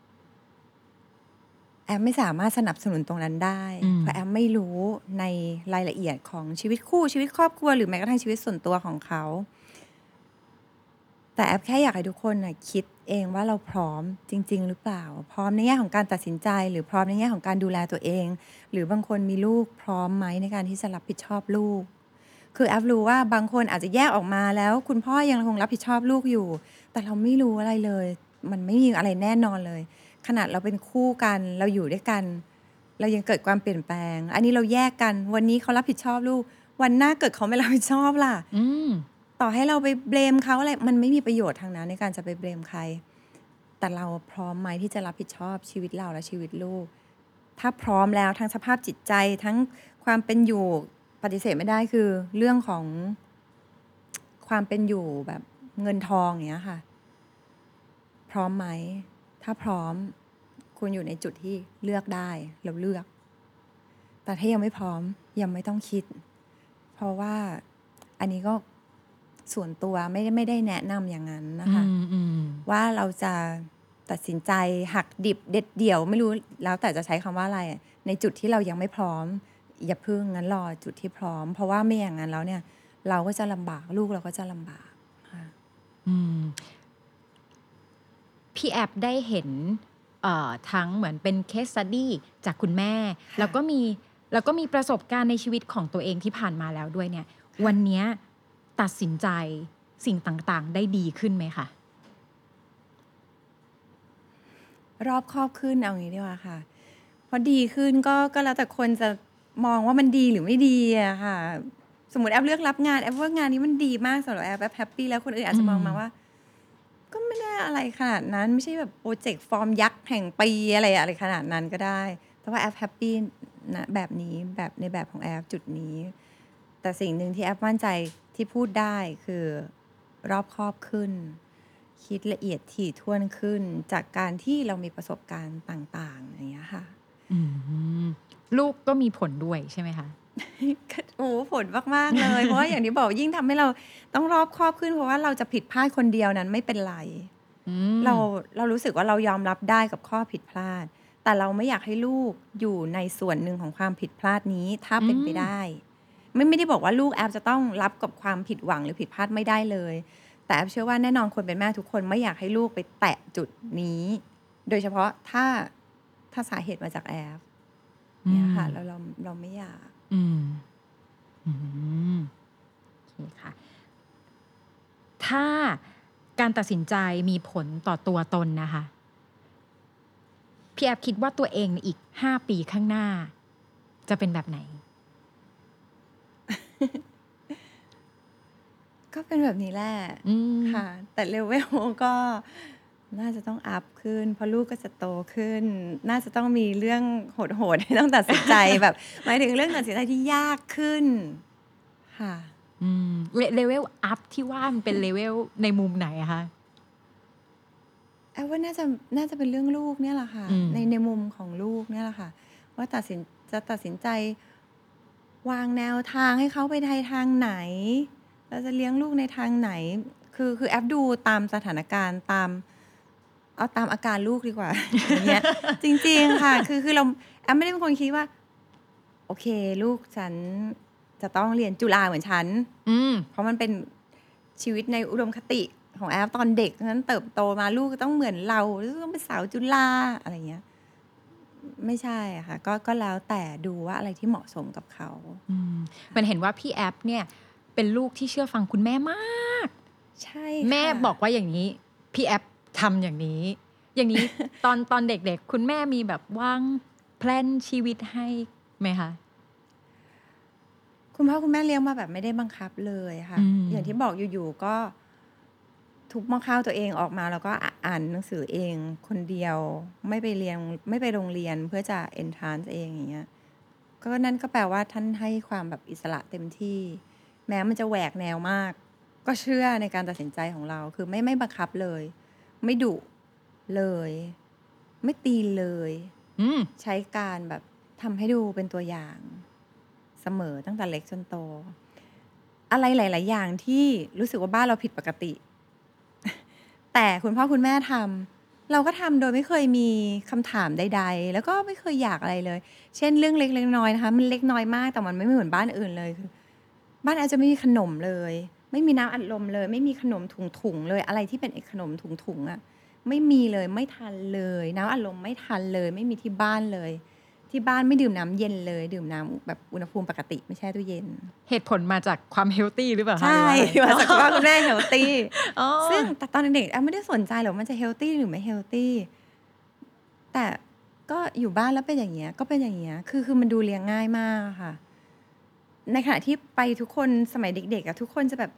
แอมไม่สามารถสนับสนุนตรงนั้นได้เพราะแอมไม่รู้ในรายละเอียดของชีวิตคู่ชีวิตครอบครัวหรือแม้กระทั่งชีวิตส่วนตัวของเขาแต่แอปแค่อยากให้ทุกคนคิดเองว่าเราพร้อมจริงๆหรือเปล่าพร้อมในแง่ของการตัดสินใจหรือพร้อมในแง่ของการดูแลตัวเองหรือบางคนมีลูกพร้อมไหมในการที่จะรับผิดชอบลูกคือแอปรู้ว่าบางคนอาจจะแยกออกมาแล้วคุณพ่อยังคงรับผิดชอบลูกอยู่แต่เราไม่รู้อะไรเลยมันไม่มีอะไรแน่นอนเลยขนาดเราเป็นคู่กันเราอยู่ด้วยกันเรายังเกิดความเปลี่ยนแปลงอันนี้เราแยกกันวันนี้เขารับผิดชอบลูกวันหน้าเกิดเขาไม่รับผิดชอบล่ะต่อให้เราไปเบลมเขาอะไรมันไม่มีประโยชน์ทางนั้นในการจะไปเบลมใครแต่เราพร้อมไหมที่จะรับผิดชอบชีวิตเราและชีวิตลูกถ้าพร้อมแล้วทั้งสภาพจิตใจทั้งความเป็นอยู่ปฏิเสธไม่ได้คือเรื่องของความเป็นอยู่แบบเงินทองอย่างเงี้ยค่ะพร้อมไหมถ้าพร้อมคุณอยู่ในจุดที่เลือกได้เราเลือกแต่ถ้ายังไม่พร้อมยังไม่ต้องคิด เพราะว่าอันนี้ก็ส่วนตัวไม่ได้แนะนำอย่างนั้นนะคะว่าเราจะตัดสินใจหักดิบเด็ดเดี่ยวไม่รู้แล้วแต่จะใช้คำว่าอะไรในจุดที่เรายังไม่พร้อมอย่าพึ่งงั้นรอจุดที่พร้อมเพราะว่าไม่อย่างนั้นแล้วเนี่ยเราก็จะลำบากลูกเราก็จะลำบากค่ะพี่แอปได้เห็นทั้งเหมือนเป็นเคสสตัดดี้จากคุณแม่แล้วก็มีประสบการณ์ในชีวิตของตัวเองที่ผ่านมาแล้วด้วยเนี่ยวันนี้ตัดสินใจสิ่งต่างๆได้ดีขึ้นไหมคะรอบคอบขึ้นเอางี้ดีกว่าค่ะพอดีขึ้นก็แล้วแต่คนจะมองว่ามันดีหรือไม่ดีอะค่ะสมมติแอปเลือกรับงานแอปว่างานนี้มันดีมากสำหรับแอปแฮปปี้แล้วคนอื่นอาจจะมองมาว่าก็ไม่ได้อะไรขนาดนั้นไม่ใช่แบบโปรเจกต์ฟอร์มยักษ์แห่งปีอะไรขนาดนั้นก็ได้แต่ว่าแอปแฮปปี้นะแบบนี้แบบในแบบของแอปจุดนี้แต่สิ่งหนึ่งที่แอปมั่นใจที่พูดได้คือรอบคอบขึ้นคิดละเอียดถี่ถ้วนขึ้นจากการที่เรามีประสบการณ์ต่างๆอย่างเงี้ยค่ะลูกก็มีผลด้วยใช่ไหมคะโอ้ผลมากๆเลย เพราะว่าอย่างที่บอกยิ่งทำให้เราต้องรอบคอบขึ้นเพราะว่าเราจะผิดพลาดคนเดียวนั้นไม่เป็นไรเรารู้สึกว่าเรายอมรับได้กับข้อผิดพลาดแต่เราไม่อยากให้ลูกอยู่ในส่วนหนึ่งของความผิดพลาดนี้ถ้าเป็นไปได้ไม่ได้บอกว่าลูกแอปจะต้องรับกับความผิดหวังหรือผิดพลาดไม่ได้เลยแต่แอปเชื่อว่าแน่นอนคนเป็นแม่ทุกคนไม่อยากให้ลูกไปแตะจุดนี้โดยเฉพาะถ้าสาเหตุมาจากแอปเนี่ยค่ะเราไม่อยากโอเคค่ะถ้าการตัดสินใจมีผลต่อตัวตนนะคะพี่แอฟคิดว่าตัวเองในอีก5 ปีข้างหน้าจะเป็นแบบไหนก็เป็นแบบนี้แหละค่ะแต่เลเวลก็น่าจะต้องอัพขึ้นเพราะลูกก็จะโตขึ้นน่าจะต้องมีเรื่องโหดๆให้ต้องตัดสินใจ แบบหมายถึงเรื่องตัดสินใจที่ยากขึ้นค่ะเลเวลอัพที่ว่ามันเป็นเลเวลในมุมไหนอะคะว่าน่าจะเป็นเรื่องลูกเนี่ยแหละค่ะในมุมของลูกเนี่ยแหละค่ะว่าตัดสินใจวางแนวทางให้เขาไปทางไหนเราจะเลี้ยงลูกในทางไหนคือแอปดูตามสถานการณ์ตามอาการลูกดีกว่าอย่างเงี้ยจริงๆค่ะคือเราแอปไม่ได้เป็นคนคิดว่าโอเคลูกฉันจะต้องเรียนจุฬาเหมือนฉันเพราะมันเป็นชีวิตในอุดมคติของแอปตอนเด็กนั้นเติบโตมาลูกต้องเหมือนเราต้องเป็นสาวจุฬาอะไรเงี้ยไม่ใช่ค่ะก็แล้วแต่ดูว่าอะไรที่เหมาะสมกับเขามันเห็นว่าพี่แอปเนี่ยเป็นลูกที่เชื่อฟังคุณแม่มากใช่แม่บอกว่าอย่างนี้พี่แอปทำอย่างนี้ ตอนเด็กๆคุณแม่มีแบบวางแพลนชีวิตให้ไหมคะคุณพ่อคุณแม่เลี้ยงมาแบบไม่ได้บังคับเลยค่ะอย่างที่บอกอยู่ๆก็ทุบหม้อข้าวตัวเองออกมาแล้วก็อ่านหนังสือเองคนเดียวไม่ไปเรียนไม่ไปโรงเรียนเพื่อจะ entrance เองอย่างเงี้ยก็นั่นก็แปลว่าท่านให้ความแบบอิสระเต็มที่แม้มันจะแหวกแนวมากก็เชื่อในการตัดสินใจของเราคือไม่บังคับเลยไม่ดุเลยไม่ตีเลยใช้การแบบทำให้ดูเป็นตัวอย่างเสมอตั้งแต่เล็กจนโตอะไรหลายๆอย่างที่รู้สึกว่าบ้านเราผิดปกติแต่คุณพ่อคุณแม่ทำเราก็ทำโดยไม่เคยมีคำถามใดๆแล้วก็ไม่เคยอยากอะไรเลยเช่นเรื่องเล็กๆน้อยๆนะคะมันเล็กน้อยมากแต่มันไม่เหมือนบ้านอื่นเลยคือบ้านอาจจะไม่มีขนมเลยไม่มีน้ำอัดลมเลยไม่มีขนมถุงๆเลยอะไรที่เป็นขนมถุงๆอ่ะไม่มีเลยไม่ทันเลยน้ำอัดลมไม่ทันเลยไม่มีที่บ้านเลยที่บ้านไม่ดื่มน้ำเย็นเลยดื่มน้ำแบบอุณหภูมิปกติไม่แช่ตู้เย็นเหตุผลมาจากความเฮลตี้หรือเปล่าคะใช่มาจากว่าคุณแม่เฮลตี้ซึ่งตอนเด็กๆไม่ได้สนใจหรอกมันจะเฮลตี้หรือไม่เฮลตี้แต่ก็อยู่บ้านแล้วเป็นอย่างเงี้ยก็เป็นอย่างเงี้ยคือมันดูเลี้ยงง่ายมากค่ะในขณะที่ไปทุกคนสมัยเด็กๆทุกคนจะแบบ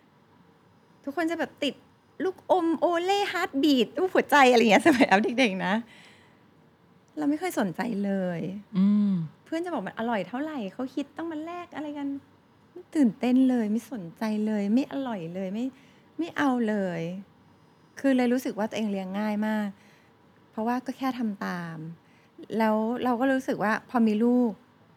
ติดลูกอมโอเล่ฮาร์ทบีทหัวใจอะไรอย่างเงี้ยสมัยเด็กๆนะเราไม่เคยสนใจเลยเพื่อนจะบอกมันอร่อยเท่าไหร่เขาคิดต้องมาแลกอะไรกันไม่ตื่นเต้นเลยไม่สนใจเลยไม่อร่อยเลยไม่เอาเลยคือเลยรู้สึกว่าตัวเองเลี้ยงง่ายมากเพราะว่าก็แค่ทำตามแล้วเราก็รู้สึกว่าพอมีลูก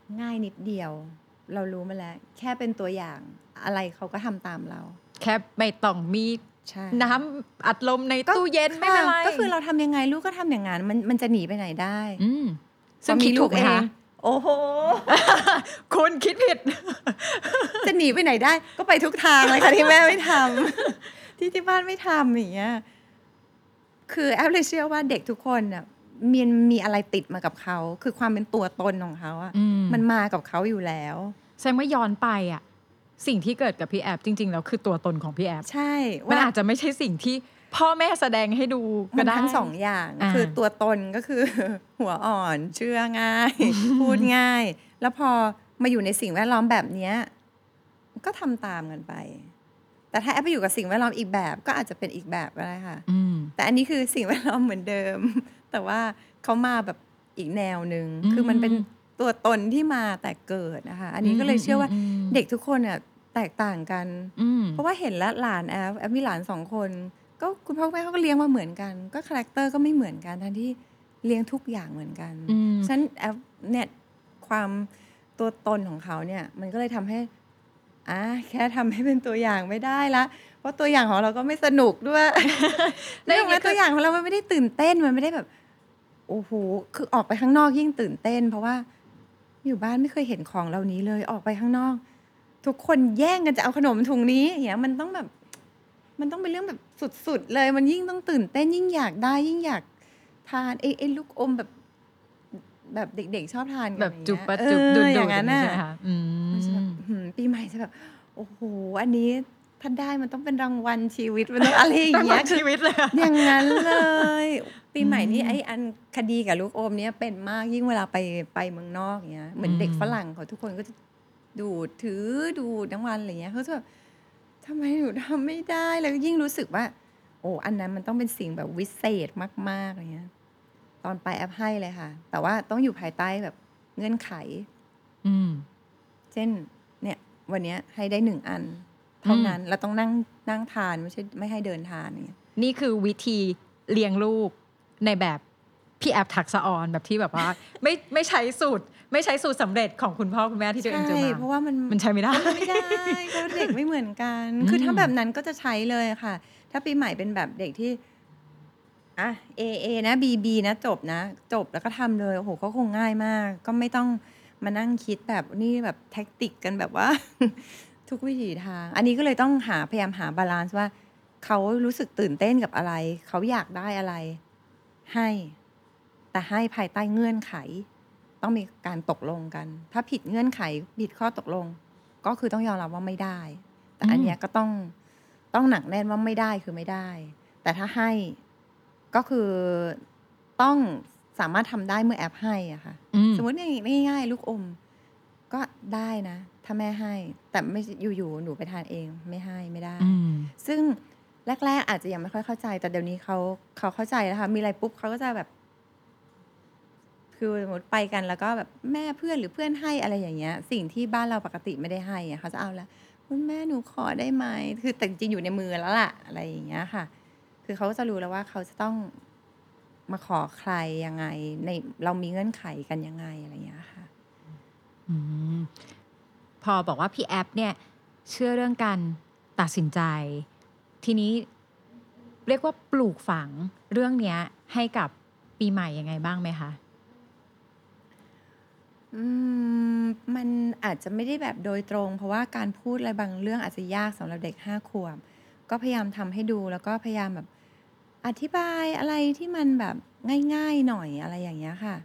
ง่ายนิดเดียว เรารู้มาแล้ว แค่เป็นตัวอย่างอะไรเขาก็ทำตามเราแค่ไม่ต้องมีใช่น้ำอัดลมในตู้เย็นไม่เป็นไรก็คือเราทำยังไงลูกก็ทำอย่างนั้นมันจะหนีไปไหนได้ซึ่งคิดถูกไหมคะโอ้โหคุณคิดผิดจะหนีไปไหนได้ ก็ไปทุกทางเลยค่ะที่แม่ไม่ทำ ที่บ้านไม่ทำอย่างเงี้ยคือแอปเลยเชื่อว่าเด็กทุกคนน่ะมีอะไรติดมากับเขาคือความเป็นตัวตนของเขาอ่ะ มันมากับเขาอยู่แล้วแสดงว่าย้อนไปอ่ะสิ่งที่เกิดกับพี่แอฟจริงๆแล้วคือตัวตนของพี่แอฟใช่มันว่าอาจจะไม่ใช่สิ่งที่พ่อแม่แสดงให้ดูก็มันได้ทั้งสองอย่างอ่าคือตัวตนก็คือ หัวอ่อนเชื่อง่าย พูดง่าย แล้วพอมาอยู่ในสิ่งแวดล้อมแบบเนี้ยก็ทำตามกันไป แต่ถ้าแอปไปอยู่กับสิ่งแวดล้อมอีกแบบ ก็อาจจะเป็นอีกแบบก็ได้ค่ะ แต่อันนี้คือสิ่งแวดล้อมเหมือนเดิม แต่ว่าเขามาแบบอีกแนวหนึ่งคือมันเป็นตัวตนที่มาแต่เกิดนะคะ อันนี้ก็เลยเชื่อว่าเด็กทุกคนเนี่ยแตกต่างกัน เพราะว่าเห็นแล้วหลานแอปมีหลาน2 คนก็คุณพ่อคุณแม่เขาก็เลี้ยงมาเหมือนกัน ก็คาแรคเตอร์ก็ไม่เหมือนกันทั้งที่เลี้ยงทุกอย่างเหมือนกันฉะนั้นแอปเนี่ยความตัวตนของเขาเนี่ยมันก็เลยทำให้แค่ทำให้เป็นตัวอย่างไม่ได้ละเพราะตัวอย่างของเราก็ไม่สนุกด้วย แล้วตัวอย่างของเรามันไม่ได้ตื่นเต้นมันไม่ได้แบบโอ้โหคือออกไปข้างนอกยิ่งตื่นเต้น เพราะว่าอยู่บ้านไม่เคยเห็นของเหล่านี้เลยออกไปข้างนอก ทุกคนแย่งกันจะเอาขนมถุงนี้อย่างเงี้ยมันต้องเป็นเรื่องแบบสุดๆเลยมันยิ่งต้องตื่นเต้นยิ่งอยากได้ยิ่งอยากทานไอ้ลูกอมแบบเด็กๆชอบทานกันแบบจุบอย่างปะเงี้ยจุบดุดอย่างนั้นน่ะใช่ไหมคะมันจะแบบปีใหม่จะแบบโอ้โหอันนี้ถ้าได้มันต้องเป็นรางวัลชีวิตมันต้องอะไรอย่างเงี้ยชีวิตเลยอย่างนั้นเลย ปีใหม่นี่ไอ้อันคดีกับลูกอมเนี่ยเป็นมากยิ่งเวลาไปเมืองนอกเงี้ยเหมือนเด็กฝรั่งเขาทุกคนก็จะดูดทั้งวันอะไรเงี้ยเขาจะแบบทำไมหนูทำไม่ได้แล้วยิ่งรู้สึกว่าโอ้อันนั้นมันต้องเป็นสิ่งแบบวิเศษมากๆอะไรเงี้ยตอนไปแอปให้เลยค่ะ แต่ว่าต้องอยู่ภายใต้แบบเงื่อนไขเช่นเนี่ยวันนี้ให้ได้1 อันเท่านั้นเราต้องนั่งทานไม่ให้เดินทานอย่างเงี้ยนี่คือวิธีเลี้ยงลูกในแบบพี่แอฟทักษะออนแบบที่แบบว่า ไม่ใช้สูตรสำเร็จของคุณพ่อคุณแม่ที่ตัวเองเจอมาเพราะว่ามันใช้ไม่ได้ไม่ได้เพราะเด็กไม่เหมือนกัน คือถ้าแบบนั้นก็จะใช้เลยค่ะ ถ้าปีใหม่เป็นแบบเด็กที่A นะ B นะจบแล้วก็ทำเลยโอ้โหก็คงง่ายมาก ก็ไม่ต้องมานั่งคิดแบบนี่แบบแท็กติกกันแบบว่า ทุกวิถีทาง อันนี้ก็เลยต้องพยายามหาบาลานซ์ว่าเขารู้สึกตื่นเต้นกับอะไรเขาอยากได้อะไรให้แต่ให้ภายใต้เงื่อนไข ต้องมีการตกลงกัน ถ้าผิดเงื่อนไขผิดข้อตกลง ก็คือต้องยอมรับว่าไม่ได้ แต่อันเนี้ยก็ต้องหนักแน่นว่าไม่ได้คือไม่ได้ แต่ถ้าให้ก็คือต้องสามารถทำได้เมื่อแอปให้อ่ะค่ะ สมมติง่ายๆลูกอม ก็ได้นะ ถ้าแม่ให้ แต่ไม่อยู่ๆหนูไปทานเองไม่ให้ไม่ได้ ซึ่งแรกๆอาจจะยังไม่ค่อยเข้าใจ แต่เดี๋ยวนี้เขาเข้าใจแล้วค่ะมีอะไรปุ๊บเขาก็จะแบบ คือสมมติไปกันแล้วก็แบบแม่เพื่อนหรือเพื่อนให้อะไรอย่างเงี้ย สิ่งที่บ้านเราปกติไม่ได้ให้อะเขาจะเอาละคุณแม่หนูขอได้ไหมคือแต่จริงๆอยู่ในมือแล้วล่ะอะไรอย่างเงี้ยค่ะ คือเขาก็จะรู้แล้วว่าเขาจะต้องมาขอใครยังไงในเรามีเงื่อนไขกันยังไงอะไรอย่างเงี้ยค่ะพอบอกว่าพี่แอฟเนี่ยเชื่อเรื่องการตัดสินใจ ทีนี้เรียกว่าปลูกฝังเรื่องเนี้ยให้กับปีใหม่ยังไงบ้างไหมคะมันอาจจะไม่ได้แบบโดยตรง เพราะว่าการพูดอะไรบางเรื่องอาจจะยากสำหรับเด็ก5 ขวบก็พยายามทำให้ดูแล้วก็พยายามแบบอธิบายอะไรที่มันแบบง่ายๆหน่อยอะไรอย่างเงี้ยค่ะ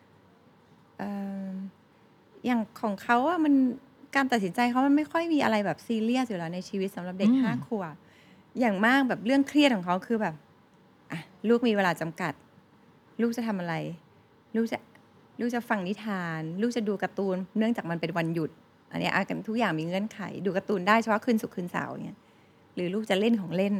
อย่างของเขาอะมันการตัดสินใจเขามันไม่ค่อยมีอะไรแบบซีเรียสอยู่แล้วในชีวิตสำหรับเด็ก5 ขวบอย่างมากแบบเรื่องเครียดของเขาคือแบบลูกมีเวลาจำกัด ลูกจะทำอะไร ลูกจะฟังนิทาน ลูกจะดูการ์ตูนเนื่องจากมันเป็นวันหยุด อันนี้ทุกอย่างมีเงื่อนไข ดูการ์ตูนได้เฉพาะคืนศุกร์คืนเสาร์เงี้ยหรือลูกจะเล่นของเล่น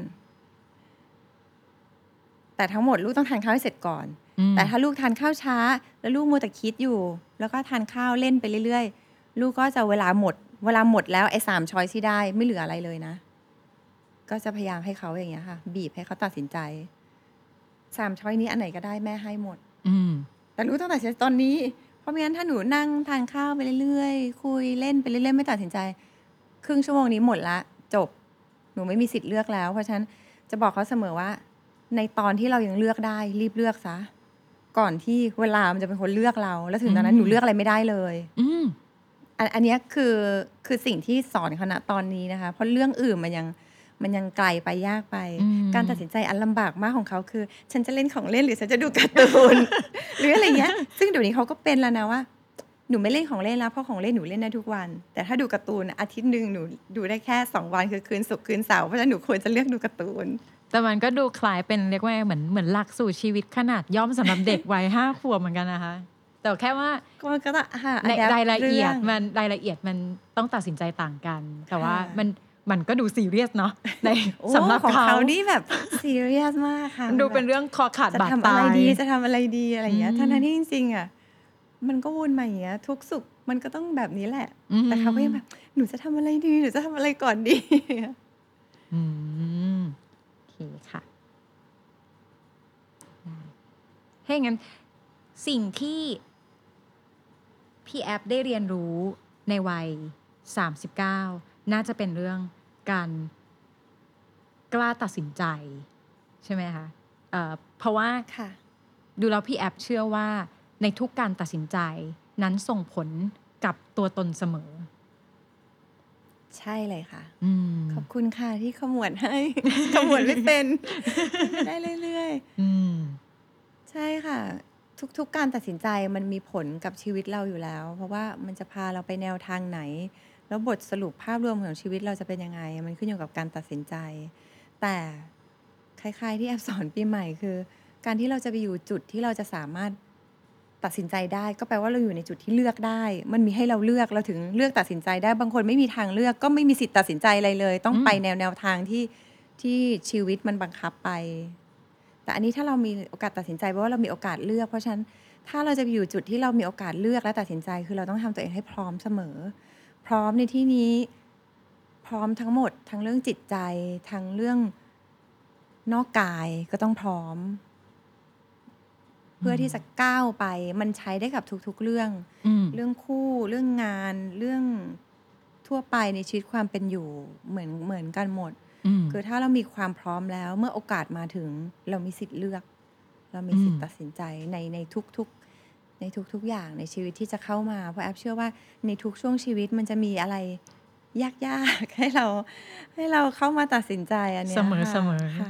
แต่ทั้งหมดลูกต้องทานข้าวให้เสร็จก่อน แต่ถ้าลูกทานข้าวช้า แล้วลูกมัวแต่คิดอยู่ แล้วก็ทานข้าวเล่นไปเรื่อยๆลูกก็จะเวลาหมดแล้วไอ้3 ช้อยที่ได้ไม่เหลืออะไรเลยนะ ก็จะพยายามให้เขาอย่างเงี้ยค่ะบีบให้เขาตัดสินใจ3 ช้อยนี้อันไหนก็ได้แม่ให้หมดแต่ลูกต้องตัดสินใจตอนนี้ เพราะไม่งั้นถ้าหนูนั่งทานข้าวไปเรื่อยๆคุยเล่นไปเรื่อยๆไม่ตัดสินใจครึ่งชั่วโมงนี้หมดละจบหนูไม่มีสิทธิ์เลือกแล้วเพราะฉะนั้นจะบอกเขาเสมอว่าในตอนที่เรายังเลือกได้รีบเลือกซะก่อนที่เวลามันจะเป็นคนเลือกเราแล้วถึงตอนนั้นหนูเลือกอะไรไม่ได้เลยอันนี้คือสิ่งที่สอนคณะตอนนี้นะคะเพราะเรื่องอื่นมันยังไกลไปยากไปการตัดสินใจอันลำบากมากของเขาคือฉันจะเล่นของเล่นหรือฉันจะดูการ์ตูน หรืออะไรเงี้ยซึ่งเดี๋ยวนี้เขาก็เป็นแล้วนะว่าหนูไม่เล่นของเล่นแล้วเพราะของเล่นหนูเล่นได้ทุกวันแต่ถ้าดูการ์ตูนอาทิตย์นึงหนูดูได้แค่2วันคือคืนศุกร์คืนเสาร์เพราะฉะนั้นหนูควรจะเลือกดูการ์ตูนแต่มันก็ดูคล้ายเป็นเรียกว่าเหมือนหลักสู่ชีวิตขนาดย่อมสำหรับเด็กวัย5 ขวบเหมือนกันนะคะแต่แค่ว่ามันก็ต้องในรายละเอียดมันต้องตัดสินใจต่างกันแต่ว่ามันก็ดูซีเรียสเนาะในสำหรับของเขานี่แบบซีเรียสมากค่ะดูเป็นเรื่องคอขาดบาดตายจะทำอะไรดีอะไรอย่างเงี้ยทั้งที่จริงๆอ่ะมันก็วนมาอย่างเงี้ยทุกสุขมันก็ต้องแบบนี้แหละแต่เขาก็ยังแบบหนูจะทำอะไรดีหนูจะทำอะไรก่อนดีโอเคค่ะให้งั้นสิ่งที่พี่แอฟได้เรียนรู้ในวัย39น่าจะเป็นเรื่องการกล้าตัดสินใจใช่ไหมคะเพราะว่าดูแล้วพี่แอฟเชื่อว่าในทุกการตัดสินใจนั้นส่งผลกับตัวตนเสมอใช่เลยค่ะขอบคุณค่ะที่ขมวดให้ ขมวดไม่เป็น ได้เรื่อยๆใช่ค่ะทุกการตัดสินใจมันมีผลกับชีวิตเราอยู่แล้วเพราะว่ามันจะพาเราไปแนวทางไหนแล้วบทสรุปภาพรวมของชีวิตเราจะเป็นยังไงมันขึ้นอยู่กับการตัดสินใจแต่คล้ายๆที่แอฟสอนปีใหม่คือการที่เราจะไปอยู่จุดที่เราจะสามารถตัดสินใจได้ก็แปลว่าเราอยู่ในจุดที่เลือกได้มันมีให้เราเลือกเราถึงเลือกตัดสินใจได้บางคนไม่มีทางเลือกก็ไม่มีสิทธิ์ตัดสินใจอะไรเลยต้องไปแนวทางที่ชีวิตมันบังคับไปแต่อันนี้ถ้าเรามีโอกาสตัดสินใจเพราะว่าเรามีโอกาสเลือกเพราะฉะนั้นถ้าเราจะไปอยู่จุดที่เรามีโอกาสเลือกและตัดสินใจคือเราต้องทำตัวเองให้พร้อมเสมอพร้อมในที่นี้พร้อมทั้งหมดทั้งเรื่องจิตใจทั้งเรื่องนอกกายก็ต้องพร้อมเพื่อที่จะก้าวไปมันใช้ได้กับทุกๆเรื่องเรื่องคู่เรื่องงานเรื่องทั่วไปในชีวิตความเป็นอยู่เหมือนกันหมดคือถ้าเรามีความพร้อมแล้วเมื่อโอกาสมาถึงเรามีสิทธิ์เลือกเรามีสิทธิ์ตัดสินใจในทุกอย่างในชีวิตที่จะเข้ามาเพราะแอฟเชื่อว่าในทุกช่วงชีวิตมันจะมีอะไรยากๆให้เราเข้ามาตัดสินใจอันเนี้ยเสมอค่ะ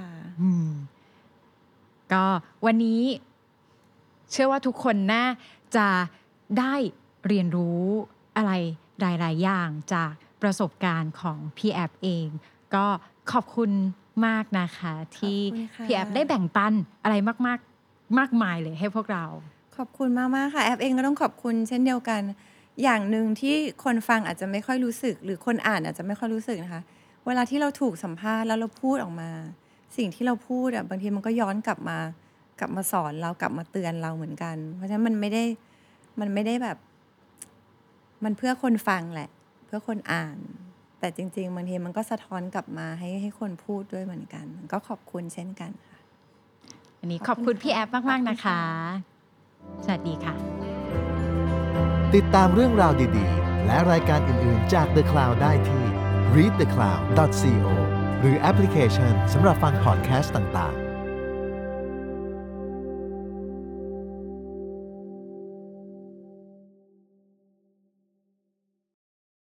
ก็วันนี้เชื่อว่าทุกคนน่าจะได้เรียนรู้อะไรหลายๆอย่างจากประสบการณ์ของพี่แอฟเองก็ขอบคุณมากนะคะที่พี่แอฟได้แบ่งปันอะไรมากมายเลยให้พวกเราขอบคุณมากๆค่ะแอฟเองก็ต้องขอบคุณเช่นเดียวกันอย่างหนึ่งที่คนฟังอาจจะไม่ค่อยรู้สึกหรือคนอ่านอาจจะไม่ค่อยรู้สึกนะคะเวลาที่เราถูกสัมภาษณ์แล้วเราพูดออกมาสิ่งที่เราพูดบางทีมันก็ย้อนกลับมาสอนเรากลับมาเตือนเราเหมือนกันเพราะฉะนั้นมันไม่ได้แบบมันเพื่อคนฟังแหละเพื่อคนอ่านแต่จริงๆบางทีมันก็สะท้อนกลับมาให้คนพูดด้วยเหมือนกันก็ขอบคุณเช่นกันค่ะอันนี้ขอบคุณพี่แอฟมากๆนะคะสวัสดีค่ะติดตามเรื่องราวดีๆและรายการอื่นๆจาก The Cloud ได้ที่ readthecloud.co หรือแอปพลิเคชันสำหรับฟังพอดแคสต์ต่างๆ